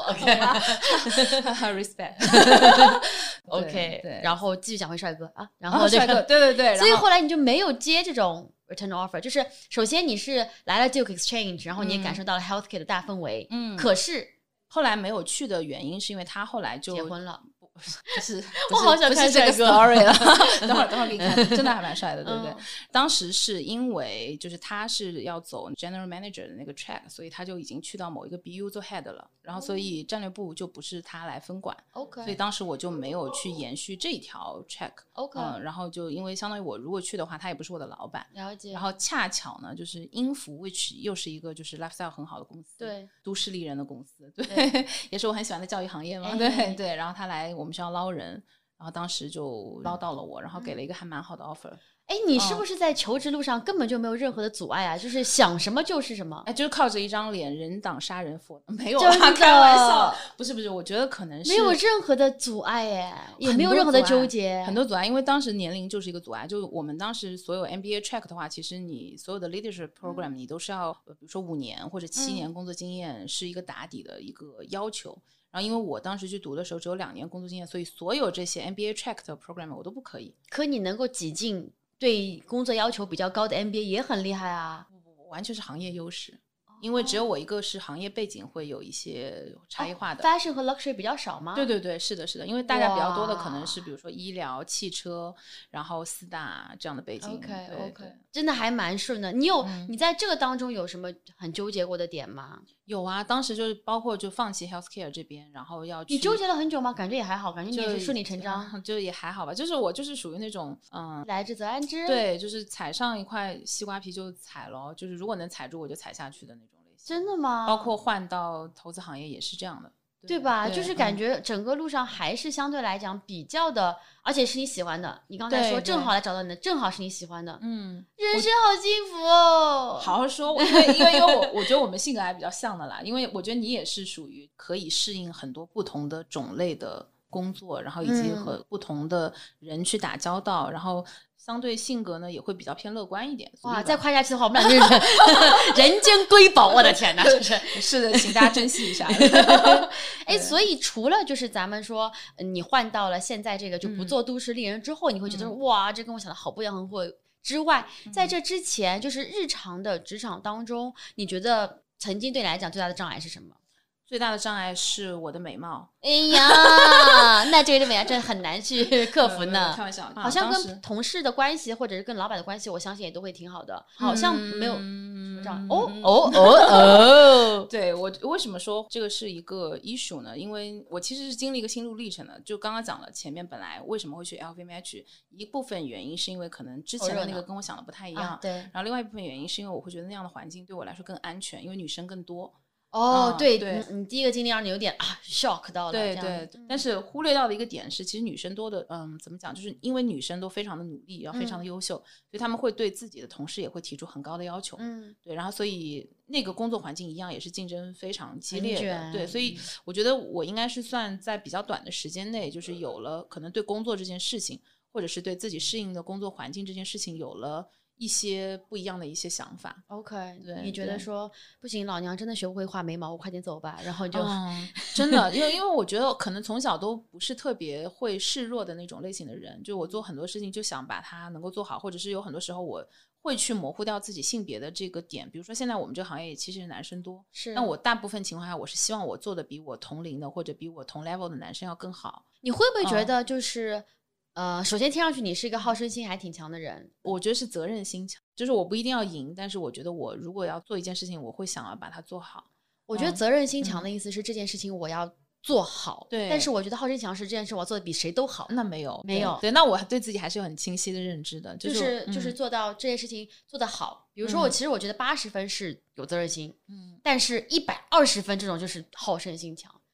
respectful，OK，OK， 对， 然后继续讲回帅哥啊，然后帅哥，对对对， 所以后来你就没有接这种 return offer， 就是首先你是来了 Duke Exchange， 然后你也感受到了 healthcare 的大氛围，嗯，可是后来没有去的原因是因为他后来就结婚了。 不是， 我好想看这个 story 了。等会儿，等会儿给你看，真的还蛮帅的，对不对？ 嗯、 当时是因为就是他是要走 general manager 的那个 track， 所以他就已经去到某一个 B U 做 head 了，然后所以战略部就不是他来分管。 OK， 所以当时我就没有去延续这条 track。 OK， 嗯，然后就因为相当于我如果去的话，他也不是我的老板。 了解。 然后恰巧呢，就是英孚 which 又是一个就是 lifestyle 很好的公司， 对， 都市丽人的公司，对，对也是我很喜欢的教育行业嘛，哎、对对。然后他来我们学校捞人。然后当时就捞到了我，然后给了一个还蛮好的 offer。 哎，你是不是在求职路上根本就没有任何的阻碍啊？就是想什么就是什么？ 哎，就是靠着一张脸，人挡杀人佛，没有啊， 开玩笑，不是不是，我觉得可能是没有任何的阻碍，哎，也没有任何的纠结， 很多阻碍，因为当时年龄就是一个阻碍。就我们当时所有 M B A track 的话，其实你所有的 leadership program，、嗯、你都是要，比如说五年或者七年工作经验、嗯、是一个打底的一个要求。然后因为我当时去读的时候只有两年工作经验，所以所有这些 M B A track 的 program 我都不可以。 可你能够挤进对工作要求比较高的 M B A 也很厉害啊！ 不不不，完全是行业优势，因为只有我一个是行业背景会有一些差异化的。 哦、fashion 和 luxury 比较少吗？ 对对对，是的，是的，因为大家比较多的可能是比如说医疗、汽车，然后四大这样的背景。 OK OK， 真的还蛮顺的。你有、嗯、你在这个当中有什么很纠结过的点吗？ 有啊，当时就是包括就放弃 healthcare 这边，然后要去。 你纠结了很久吗？感觉也还好，感觉你也是顺理成章， 就, 就也还好吧。就是我就是属于那种嗯， 来之则安之。 对，就是踩上一块西瓜皮就踩了，就是如果能踩住我就踩下去的那种类型。 真的吗？ 包括换到投资行业也是这样的。 对, 对吧？对，就是感觉整个路上还是相对来讲比较的，而且是你喜欢的。你刚才说正好来找到你的，正好是你喜欢的。嗯，人生好幸福哦！ 好好说，因为因为因为我我觉得我们性格还比较像的啦。因为我觉得你也是属于可以适应很多不同的种类的工作，然后以及和不同的人去打交道，嗯、然后。相对性格呢也会比较偏乐观一点。 哇，再夸下去的话，我们俩就是人间瑰宝，我的天哪！就是是的，请大家珍惜一下。 哎，所以除了就是咱们说你换到了现在这个就不做都市丽人之后，嗯、你会觉得、嗯、哇，这跟我想的好不一样，很会之外，在这之前就是日常的职场当中，你觉得曾经对你来讲最大的障碍是什么？ 最大的障碍是我的美貌。 哎呀，那这个美貌真的很难去克服呢。 开玩笑， 好像跟同事的关系或者是跟老板的关系，我相信也都会挺好的。好像没有这样。哦哦哦哦！ 对，我为什么说这个是一个 issue 呢？因为我其实是经历一个心路历程的。就刚刚讲了，前面本来为什么会去 L V M H， 一部分原因是因为可能之前的那个跟我想的不太一样， 啊、对。 然后另外一部分原因是因为我会觉得那样的环境对我来说更安全，因为女生更多。 哦， 嗯、 对对你，你第一个经历让你有点啊 shock 到了， 对对，但是忽略到的一个点是，其实女生多的，嗯，怎么讲，就是因为女生都非常的努力，然后非常的优秀，嗯、所以他们会对自己的同事也会提出很高的要求，嗯，对，然后所以那个工作环境一样也是竞争非常激烈的，对，所以我觉得我应该是算在比较短的时间内，就是有了可能对工作这件事情，或者是对自己适应的工作环境这件事情有了一些不一样的一些想法。 OK， 对，你觉得说不行，老娘真的学不会画眉毛，我快点走吧，然后就、 嗯、真的因为因为我觉得可能从小都不是特别会示弱的那种类型的人，就我做很多事情就想把它能够做好，或者是有很多时候我会去模糊掉自己性别的这个点。比如说现在我们这个行业其实男生多， 是， 但我大部分情况下我是希望我做的比我同龄的或者比我同 level 的男生要更好。 你会不会觉得就是、嗯呃，首先听上去你是一个好胜心还挺强的人。 我觉得是责任心强，就是我不一定要赢，但是我觉得我如果要做一件事情，我会想要把它做好。 我觉得责任心强的意思是这件事情我要做好，对、嗯。但是我觉得好胜强是这件事我做的比谁都好。 那没有， 没有。 对，那我对自己还是有很清晰的认知的， 就是、就是嗯、就是做到这件事情做得好。比如说我其实我觉得八十分是有责任心，嗯，但是一百二十分这种就是好胜心强。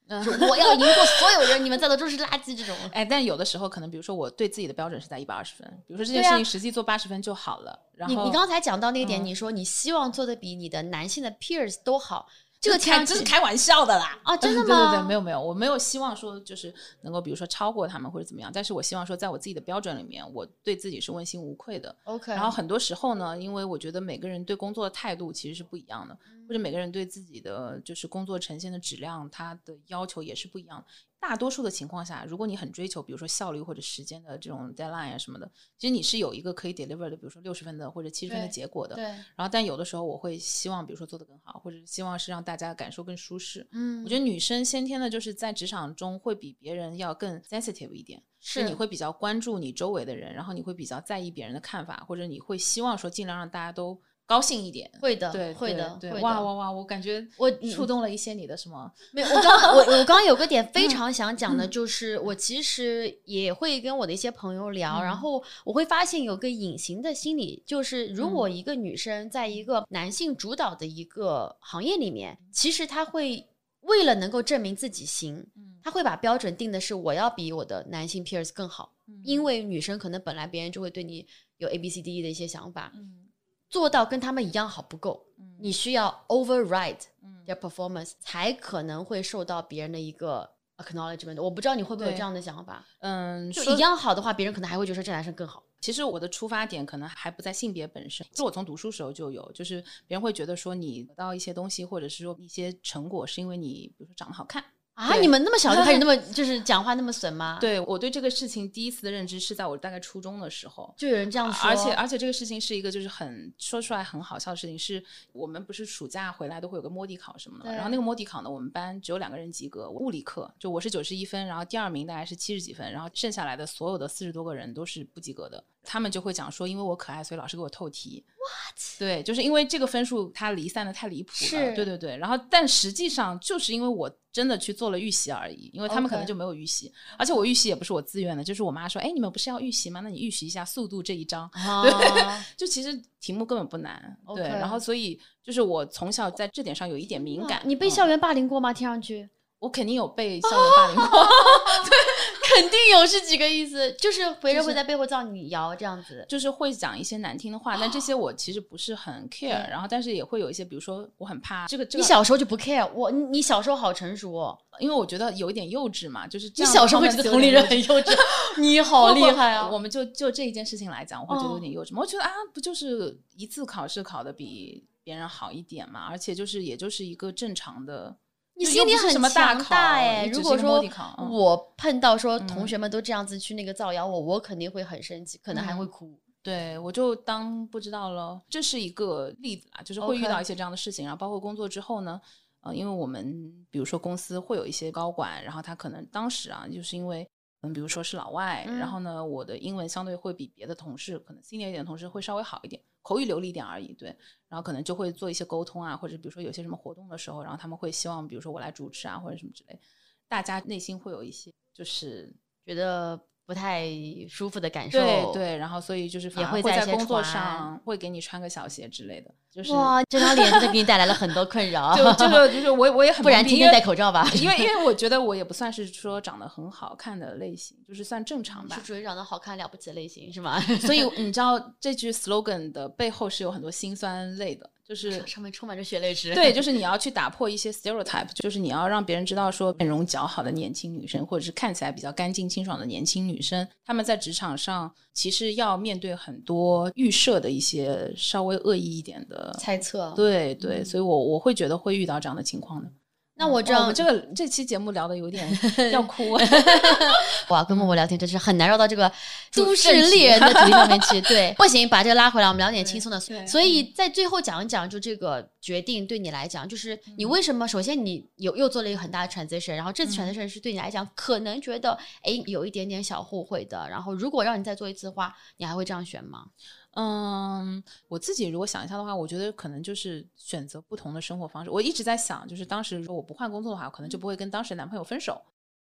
就是我要赢过所有人，你们在的都是垃圾这种。 哎，但有的时候可能比如说我对自己的标准是在一百二十分，比如说这件事情实际做八十分就好了。然后你你刚才讲到那个点、 嗯、 你说你希望做的比你的男性的 peers 都好，这个开这是开玩笑的啦啊！真的吗？ 对对对，没有没有，我没有希望说就是能够比如说超过他们或者怎么样，但是我希望说在我自己的标准里面，我对自己是问心无愧的。 OK。 然后很多时候呢，因为我觉得每个人对工作的态度其实是不一样的，或者每个人对自己的就是工作呈现的质量，他的要求也是不一样的。大多数的情况下，如果你很追求比如说效率或者时间的这种 deadline 啊什么的，其实你是有一个可以 deliver 的比如说六十分的或者七十分的结果的。 对。 然后但有的时候我会希望比如说做得更好，或者希望是让大家感受更舒适。 嗯， 我觉得女生先天的就是在职场中会比别人要更 sensitive 一点，是你会比较关注你周围的人，然后你会比较在意别人的看法，或者你会希望说尽量让大家都高兴一点。 会的， 对， 会的， 对， 会的。 哇哇哇！我感觉我触动了一些你的什么？ 没有，我刚我我刚刚有个点非常想讲的，就是我其实也会跟我的一些朋友聊，嗯、然后我会发现有个隐形的心理，就是如果一个女生在一个男性主导的一个行业里面，嗯、其实她会为了能够证明自己行，嗯、她会把标准定的是我要比我的男性 peers 更好，嗯、因为女生可能本来别人就会对你有 A B C D E 的一些想法。嗯，做到跟他们一样好不够、嗯、你需要 override their performance、嗯、才可能会受到别人的一个 acknowledgement。 我不知道你会不会有这样的想法。 嗯， 就一样好的话，别人可能还会觉得这男生更好。 其实我的出发点可能还不在性别本身，是我从读书时候就有，就是别人会觉得说你得到一些东西或者是说一些成果是因为你比如说长得好看啊。你们那么小就开始那么就是讲话那么损吗？ 对，我对这个事情第一次的认知是在我大概初中的时候就有人这样说。 而且而且这个事情是一个就是很说出来很好笑的事情，是我们不是暑假回来都会有个摸底考什么的，然后那个摸底考呢，我们班只有两个人及格，物理课就我是九十一分，然后第二名大概是七十几分，然后剩下来的所有的四十多个人都是不及格的。他们就会讲说因为我可爱所以老师给我透题。 What？ 对，就是因为这个分数它离散的太离谱了。对对对，然后但实际上就是因为我真的去做了预习而已，因为他们可能就没有预习、okay. 而且我预习也不是我自愿的，就是我妈说哎，你们不是要预习吗？那你预习一下速度这一章、oh. 对，就其实题目根本不难、okay. 对，然后所以就是我从小在这点上有一点敏感、 oh. 你被校园霸凌过吗？听上去我肯定有被校园霸凌过、oh. 对，肯定有是几个意思？就是别人会在背后叫你摇这样子， 就是会讲一些难听的话，但这些我其实不是很 care、嗯、然后但是也会有一些比如说我很怕这个、这个、 你小时候就不 care？ 我你小时候好成熟哦。 因为我觉得有一点幼稚嘛，就是这样。 你小时候会觉得同龄人很幼稚你好厉害啊。 我们就就这一件事情来讲，我会觉得有点幼稚、哦、我觉得啊，不就是一次考试考的比别人好一点嘛，而且就是也就是一个正常的， 你心里很强大哎。如果说我碰到说同学们都这样子去那个造谣我、嗯、我肯定会很生气，可能还会哭、嗯、 对，我就当不知道了。这是一个例子啦，就是会遇到一些这样的事情、okay. 然后包括工作之后呢呃，因为我们比如说公司会有一些高管，然后他可能当时啊就是因为嗯，比如说是老外、嗯、然后呢我的英文相对会比别的同事可能 senior 一点的同事会稍微好一点，口语流利一点而已。对，然后可能就会做一些沟通啊，或者比如说有些什么活动的时候，然后他们会希望比如说我来主持啊或者什么之类，大家内心会有一些就是觉得不太舒服的感受。 对对，然后所以就是反而会在工作上会给你穿个小鞋之类的。就是哇，这张脸真的给你带来了很多困扰。 就这个就是我我也很不然天天戴口罩吧。 因为因为我觉得我也不算是说长得很好看的类型，就是算正常吧。 是属于长得好看了不起的类型是吗？ 所以你知道这句 slogan 的背后是有很多辛酸泪的，就是上面充满着血泪史。 对，就是你要去打破一些 stereotype， 就是你要让别人知道说面容姣好的年轻女生，或者是看起来比较干净清爽的年轻女生，她们在职场上其实要面对很多预设的一些稍微恶意一点的猜测。 对对、嗯、所以我我会觉得会遇到这样的情况的。 那我这样、 哦、我们这个这期节目聊的有点要哭哇，跟默默聊天真是很难绕到这个都市猎人的主题上面去。对，不行，把这个拉回来，我们聊点轻松的。所以在最后讲一讲，就这个决定对你来讲，就是你为什么、嗯、首先你有又做了一个很大的 transition， 然后这次 transition 是对你来讲、嗯、可能觉得哎有一点点小后悔的，然后如果让你再做一次的话，你还会这样选吗？ 嗯，我自己如果想一下的话，我觉得可能就是选择不同的生活方式。我一直在想，就是当时如果我不换工作的话，我可能就不会跟当时的男朋友分手。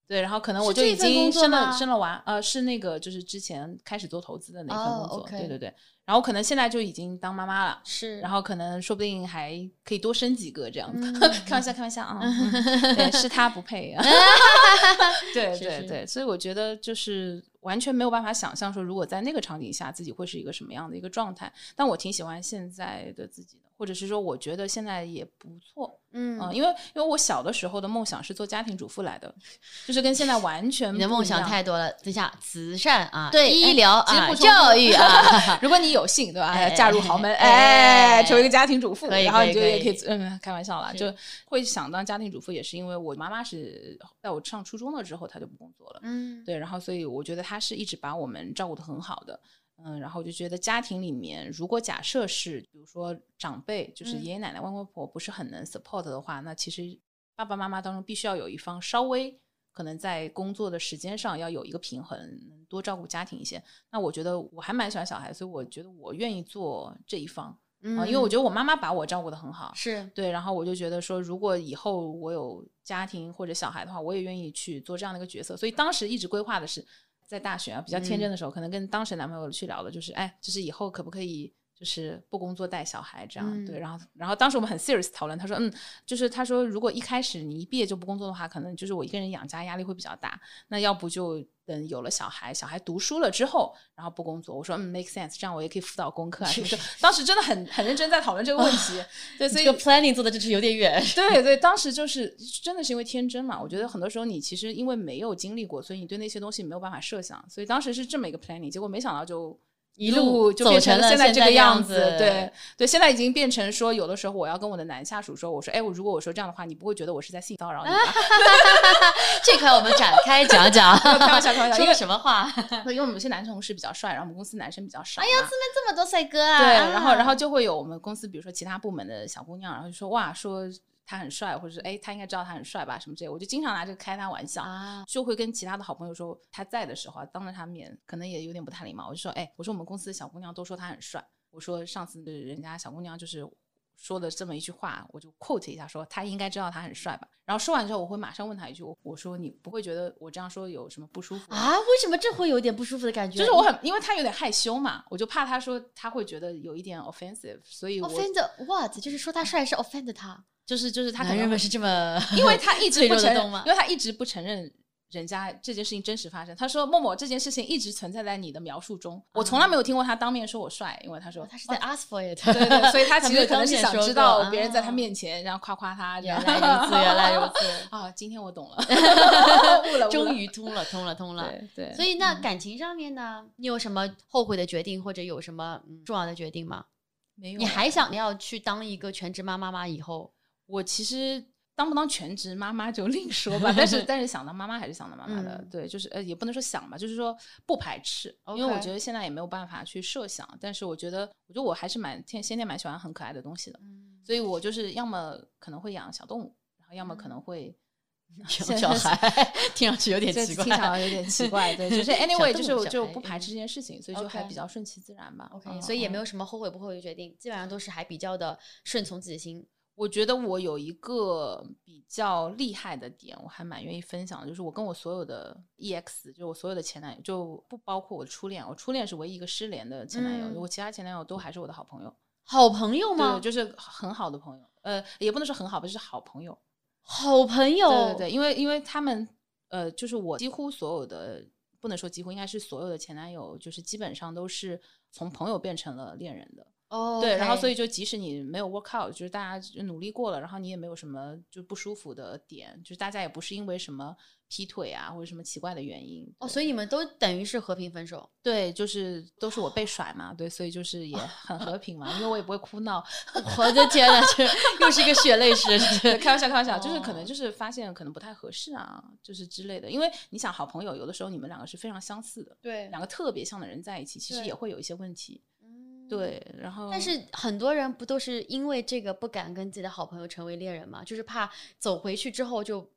对，然后可能我就已经生了生了娃，呃，是那个就是之前开始做投资的那份工作，哦 okay、对对对。然后可能现在就已经当妈妈了， 是， 然后可能说不定还可以多生几个这样子，嗯、开玩笑开玩笑啊，嗯、对，是他不配啊，对对对，所以我觉得就是完全没有办法想象说，如果在那个场景下自己会是一个什么样的一个状态，但我挺喜欢现在的自己的。或者是说我觉得现在也不错，嗯、呃、因为因为我小的时候的梦想是做家庭主妇来的，就是跟现在完全不一样。 你的梦想太多了，等一下慈善啊， 对， 医疗啊， 教育啊， 如果你有幸对吧，哎、嫁入豪门，哎，哎成为一个家庭主妇， 然后你就也可以，嗯，开玩笑啦，就会想当家庭主妇，也是因为我妈妈是在我上初中了之后，她就不工作了，嗯，对，然后所以我觉得她是一直把我们照顾得很好的。嗯，然后我就觉得家庭里面，如果假设是比如说长辈，就是爷爷奶奶、外公外婆不是很能 support 的话，那其实爸爸妈妈当中必须要有一方稍微可能在工作的时间上要有一个平衡，能多照顾家庭一些。那我觉得我还蛮喜欢小孩，所以我觉得我愿意做这一方。嗯、呃，因为我觉得我妈妈把我照顾得很好， 是对，然后我就觉得说，如果以后我有家庭或者小孩的话，我也愿意去做这样的一个角色。所以当时一直规划的是。在大学啊，比较天真的时候、嗯、可能跟当时男朋友去聊的就是哎，就是以后可不可以就是不工作带小孩这样、嗯、对，然后然后当时我们很 serious 讨论，他说嗯，就是他说如果一开始你一毕业就不工作的话，可能就是我一个人养家压力会比较大，那要不就等有了小孩小孩读书了之后然后不工作。我说嗯 make sense， 这样我也可以辅导功课啊什么的当时真的很很认真在讨论这个问题、哦、对，所以这个 planning 做的就是有点远对对，当时就是真的是因为天真嘛，我觉得很多时候你其实因为没有经历过，所以你对那些东西没有办法设想，所以当时是这么一个 planning， 结果没想到就一路就变成了现在这个样子。对对，现在已经变成说有的时候我要跟我的男下属说，我说哎，我如果我说这样的话，你不会觉得我是在性骚扰你吧这块我们展开讲讲开玩笑开玩笑， 说了什么话因为我们有些男同事比较帅，然后我们公司男生比较少， 哎呀，这边这么多帅哥啊。 对，然后然后就会有我们公司比如说其他部门的小姑娘，然后就说哇，说他很帅，或者是哎，他应该知道他很帅吧什么之类的，我就经常拿这个开他玩笑、啊、就会跟其他的好朋友说，他在的时候当着他面可能也有点不太礼貌，我就说哎，我说我们公司的小姑娘都说他很帅，我说上次人家小姑娘就是说的这么一句话，我就 quote 一下说他应该知道他很帅吧，然后说完之后我会马上问他一句，我说你不会觉得我这样说有什么不舒服啊？为什么这会有点不舒服的感觉？ 就是我很因为他有点害羞嘛，我就怕他说他会觉得有一点 offensive， 所以我 offend what？ 就是说他帅是 offend 他， 就是就是他可能男人们是这么因为他一直不承认因为他一直不承认人家这件事情真实发生，他说默默这件事情一直存在在你的描述中、嗯、我从来没有听过他当面说我帅，因为他说、 哦、他是在 ask for it 对对对，所以他其实可能是想知道别人在他面前然后夸夸他、啊、 原来如此原来如此啊，今天我懂了悟了终于通了通了通了对对， 所以那感情上面呢、嗯、你有什么后悔的决定或者有什么重要的决定吗？ 没有。 你还想要去当一个全职妈妈吗？以后我其实当不当全职妈妈就另说吧，但是但是想当妈妈还是想当妈妈的、嗯、对，就是呃也不能说想吧，就是说不排斥、okay. 因为我觉得现在也没有办法去设想，但是我觉得我觉得我还是蛮天先天蛮喜欢很可爱的东西的、嗯、所以我就是要么可能会养小动物，然后要么可能会养小孩听上去有点奇怪， 听上去有点奇怪对，就是 anyway 就是我就不排斥这件事情，所以就还比较顺其自然吧 OK、嗯、所以也没有什么后悔不后悔的决定，基本上都是还比较的顺从自己的心。 我觉得我有一个比较厉害的点我还蛮愿意分享的，就是我跟我所有的 E X 就我所有的前男友，就不包括我的初恋，我初恋是唯一一个失联的前男友、嗯、我其他前男友都还是我的好朋友。 好朋友吗？ 对，就是很好的朋友，呃，也不能说很好吧，就是好朋友。 好朋友， 对对对，因为因为他们呃，就是我几乎所有的，不能说几乎，应该是所有的前男友，就是基本上都是从朋友变成了恋人的。 哦、oh, 对， okay. 然后所以就即使你没有 work out， 就是大家努力过了，然后你也没有什么就不舒服的点，就是大家也不是因为什么劈腿啊或者什么奇怪的原因。 哦，所以你们都等于是和平分手？ 对，就是都是我被甩嘛，对，所以就是也很和平嘛，因为我也不会哭闹。 我的天哪，这又是一个血泪史。 开玩笑开玩笑、哦、就是可能就是发现可能不太合适啊，就是之类的，因为你想好朋友有的时候你们两个是非常相似的， 对， 两个特别像的人在一起其实也会有一些问题。对，然后但是很多人不都是因为这个不敢跟自己的好朋友成为恋人吗？就是怕走回去之后就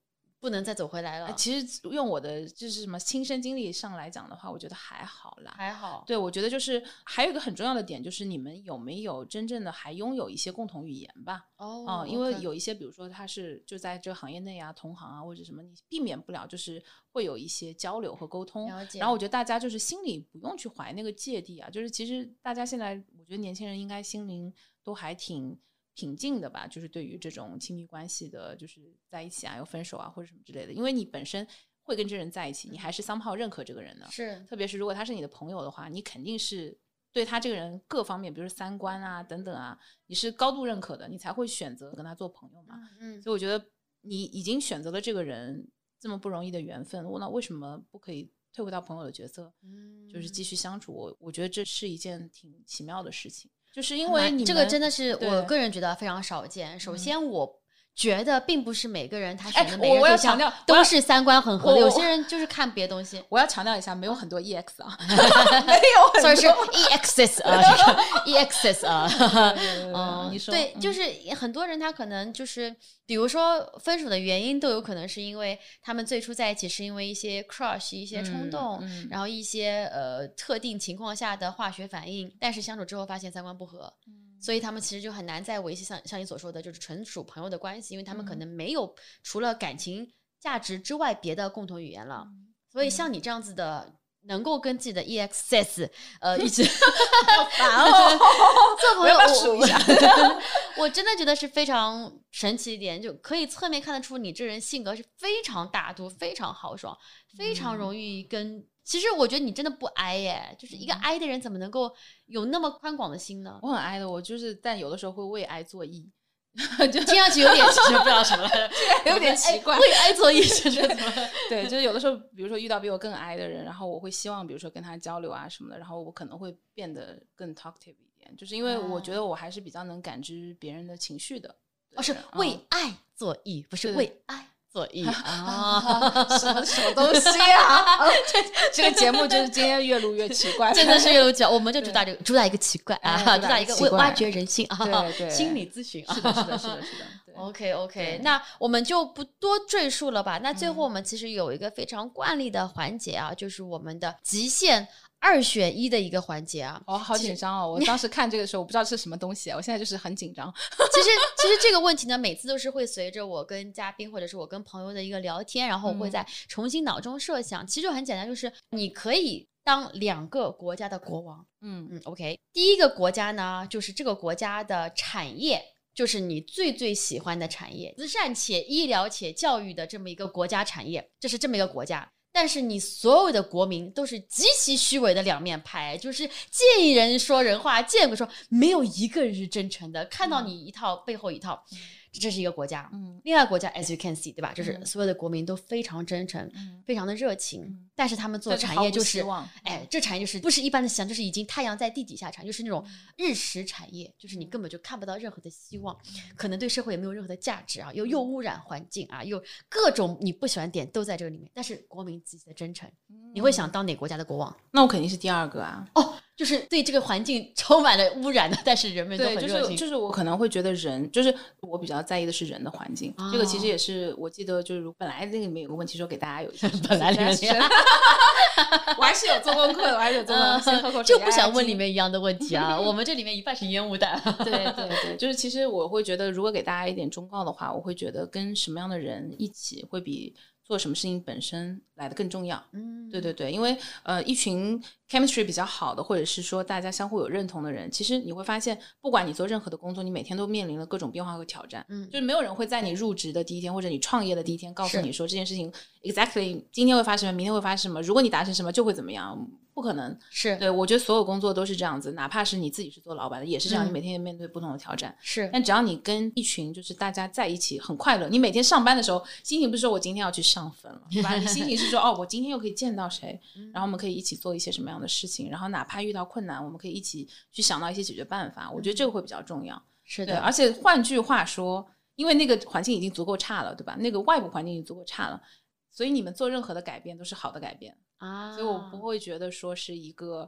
不能再走回来了。 呃、其实用我的就是什么亲身经历上来讲的话，我觉得还好啦， 还好。 对，我觉得就是还有一个很重要的点，就是你们有没有真正的还拥有一些共同语言吧？ 哦、 呃，因为 okay. 有一些比如说他是就在这个行业内啊，同行啊或者什么，你避免不了就是会有一些交流和沟通。然后我觉得大家就是心里不用去怀那个芥蒂啊，就是其实大家现在我觉得年轻人应该心灵都还挺平静的吧，就是对于这种亲密关系的就是在一起啊又分手啊或者什么之类的，因为你本身会跟这人在一起，你还是 somehow 认可这个人的， 是特别是如果他是你的朋友的话，你肯定是对他这个人各方面比如说三观啊等等啊你是高度认可的，你才会选择跟他做朋友嘛。 嗯， 所以我觉得你已经选择了这个人这么不容易的缘分，那为什么不可以退回到朋友的角色，嗯，就是继续相处。我我觉得这是一件挺奇妙的事情，就是因为你们这个真的是我个人觉得非常少见。首先我觉得并不是每个人他选的每个人对象都是三观很合的，有些人就是看别的东西。 我要强调一下，没有很多 E X 啊，没有很多， 所以是 E Xs 啊，这个 E Xs 啊， 嗯，你说对，就是很多人他可能就是，比如说分手的原因都有可能是因为他们最初在一起是因为一些 crush 一些冲动， 嗯嗯、 然后一些呃特定情况下的化学反应，但是相处之后发现三观不合。嗯，所以他们其实就很难再维系像像你所说的就是纯属朋友的关系，因为他们可能没有除了感情价值之外别的共同语言了。嗯，所以像你这样子的能够跟自己的 E X S 呃一直好烦哦做朋友， 我数一下我真的觉得是非常神奇一点，就可以侧面看得出你这人性格是非常大度非常豪爽，非常容易跟、嗯其实我觉得你真的不哀耶，就是一个哀的人怎么能够有那么宽广的心呢？ 我很哀的，我就是但有的时候会为哀作义就听上去有点其实不知道什么了有点奇怪， 为哀作义是什么对，就是有的时候比如说遇到比我更哀的人，然后我会希望比如说跟他交流啊什么的，然后我可能会变得更 talkative 一点，就是因为我觉得我还是比较能感知别人的情绪的。 哦，是为爱作义、嗯、不是为爱作义啊， 什么什么东西啊这这个节目就是今天越录越奇怪， 真的是越录越奇怪，我们就主打这个主打一个奇怪啊，主打一个挖掘人心啊， 对对， 心理咨询啊， 是的是的是的是的 OK OK， 那我们就不多赘述了吧。那最后我们其实有一个非常惯例的环节啊，嗯、就是我们的极限二选一的一个环节啊。 哦，好紧张哦！我当时看这个时候，我不知道是什么东西啊，我现在就是很紧张。 其实，其实这个问题呢，每次都是会随着我跟嘉宾或者是我跟朋友的一个聊天，然后我会再重新脑中设想。嗯、其实就很简单，就是你可以当两个国家的国王。嗯嗯 ，OK。第一个国家呢，就是这个国家的产业。就是你最最喜欢的产业，慈善且医疗且教育的这么一个国家产业，这是这么一个国家。但是你所有的国民都是极其虚伪的两面派，就是见一人说人话，见鬼说，没有一个人是真诚的，看到你一套、嗯、背后一套。这是一个国家，嗯，另外一个国家 as you can see 对吧，就是所有的国民都非常真诚、嗯、非常的热情、嗯、但是他们做产业就是哎，这产业就是不是一般的想，就是已经太阳在地底下产，就是那种日食产业，就是你根本就看不到任何的希望、嗯、可能对社会也没有任何的价值啊，又又污染环境啊，又各种你不喜欢点都在这个里面，但是国民极其的真诚、嗯、你会想当哪个国家的国王？ 那我肯定是第二个啊。 哦，就是对这个环境充满了污染的，但是人们都很热情。 对，就是就是我可能会觉得人，就是我比较在意的是人的环境。哦、这个其实也是我记得，就是本来那个里面有个问题说给大家有一些本来里面我还是有做功课的，我还是有做功课，先喝口水。 就不想问里面一样的问题啊，我们这里面一半是烟雾弹。 对对对，就是其实我会觉得，如果给大家一点忠告的话，我会觉得跟什么样的人一起会比做什么事情本身来的更重要。嗯，对对对，因为呃一群 chemistry 比较好的，或者是说大家相互有认同的人，其实你会发现不管你做任何的工作，你每天都面临了各种变化和挑战。嗯，就是没有人会在你入职的第一天或者你创业的第一天告诉你说这件事情 exactly 今天会发生什么，明天会发生什么，如果你达成什么就会怎么样，不可能。 是， 对，我觉得所有工作都是这样子，哪怕是你自己是做老板的也是这样、嗯、你每天面对不同的挑战。 是，但只要你跟一群就是大家在一起很快乐，你每天上班的时候心情不是说我今天要去上坟了，对吧？你心情是说哦我今天又可以见到谁，然后我们可以一起做一些什么样的事情，然后哪怕遇到困难我们可以一起去想到一些解决办法，我觉得这个会比较重要。 是的， 对，而且换句话说，因为那个环境已经足够差了，对吧？那个外部环境已经足够差了，所以你们做任何的改变都是好的改变啊，所以我不会觉得说是一个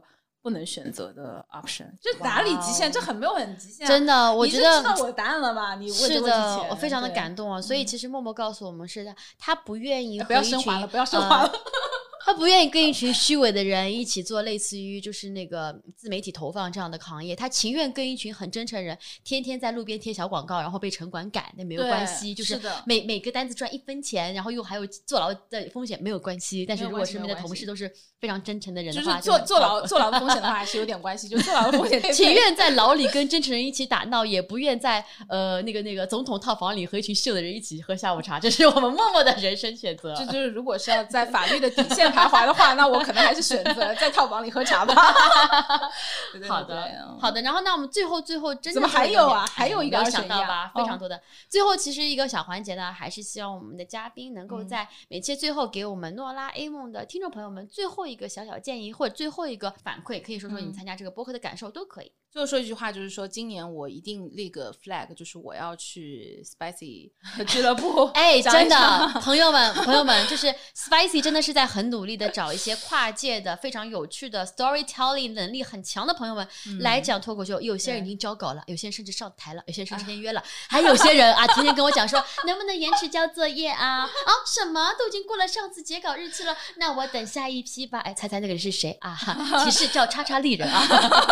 不能选择的 option， 这哪里极限？这很没有很极限、啊。 真的，我觉得你知道我的答案了吧？你问这个问题前是的，我非常的感动啊。所以其实默默告诉我们是的，他不愿意和一群、 不要升华了，不要升华了。呃他不愿意跟一群虚伪的人一起做类似于就是那个自媒体投放这样的行业，他情愿跟一群很真诚的人天天在路边贴小广告，然后被城管赶，那没有关系，就是每每个单子赚一分钱，然后又还有坐牢的风险，没有关系。但是如果身边的同事都是非常真诚的人的话， 就是坐坐牢坐牢的风险的话还是有点关系，就坐牢的风险情愿在牢里跟真诚人一起打闹，也不愿在呃那个那个总统套房里和一群秀的人一起喝下午茶，这是我们默默的人生选择。 这就是如果是要在法律的底线徘徊的话，那我可能还是选择在套房里喝茶吧。对对对， 好的，好的。然后那我们最后最后真的怎么还有啊？还有一个二选一吧，非常多的。 哦、 最后其实一个小环节呢，还是希望我们的嘉宾能够在每期最后给我们诺拉 A 梦的听众朋友们最后一个小小建议，或者最后一个反馈，可以说说你参加这个播客的感受、嗯、都可以。 最后说一句话，就是说今年我一定立个 flag， 就是我要去 Spicy 俱乐部。 哎，真的，朋友们，朋友们，就是 Spicy 真的是在很努力的找一些跨界的、非常有趣的 storytelling 能力很强的朋友们、嗯、来讲脱口秀。有些人已经交稿了，有些人甚至上台了，有些人甚至签约了，啊、还有些人啊，天天跟我讲说能不能延迟交作业啊？啊，什么都已经过了上次截稿日期了，那我等下一批吧。哎，猜猜那个人是谁啊？提示叫叉叉丽人啊。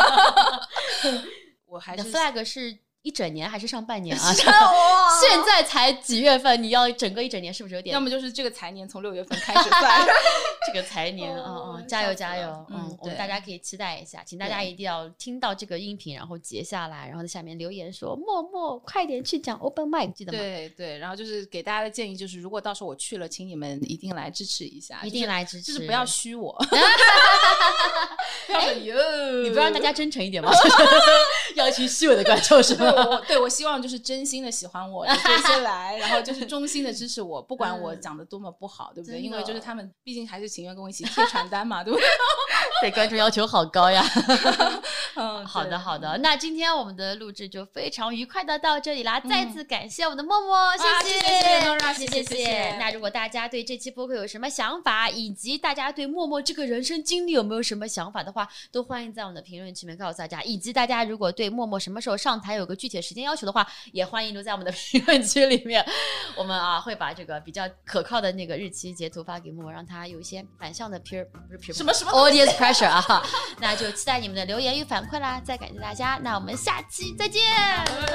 我还是 flag 是一整年还是上半年啊？现在才几月份，你要整个一整年是不是有点？ 要么就是这个财年从六月份开始算。 这个财年，嗯嗯，加油加油，嗯， 嗯我们大家可以期待一下，请大家一定要听到这个音频，然后截下来，然后在下面留言说默默快点去讲 open mic， 记得吗？ 对对，然后就是给大家的建议就是，如果到时候我去了，请你们一定来支持一下， 一定来支持， 就是、就是不要虚我。 哎呦，你不让大家真诚一点吗？要一群虚伪的观众是吗？ 对，我对我希望就是真心的喜欢我的这些来，然后就是衷心的支持我，不管我讲的多么不好，对不对？因为就是他们毕竟还是情愿跟我一起贴传单嘛，对不对？ 对观众要求好高呀。 嗯， 好的好的，那今天我们的录制就非常愉快的到这里啦，嗯、再次感谢我们的默默，谢谢， 谢谢诺拉， 谢谢谢谢。那如果大家对这期播客有什么想法，以及大家对默默这个人生经历有没有什么想法的话，都欢迎在我们的评论区里面告诉大家。以及大家如果对默默什么时候上台有个具体的时间要求的话，也欢迎留在我们的评论区里面。我们啊会把这个比较可靠的那个日期截图发给默默，让他有一些反向的 peer 不是 peer 什么什么 audience pressure 啊。那就期待你们的留言与反馈啦，再感谢大家，那我们下期再见。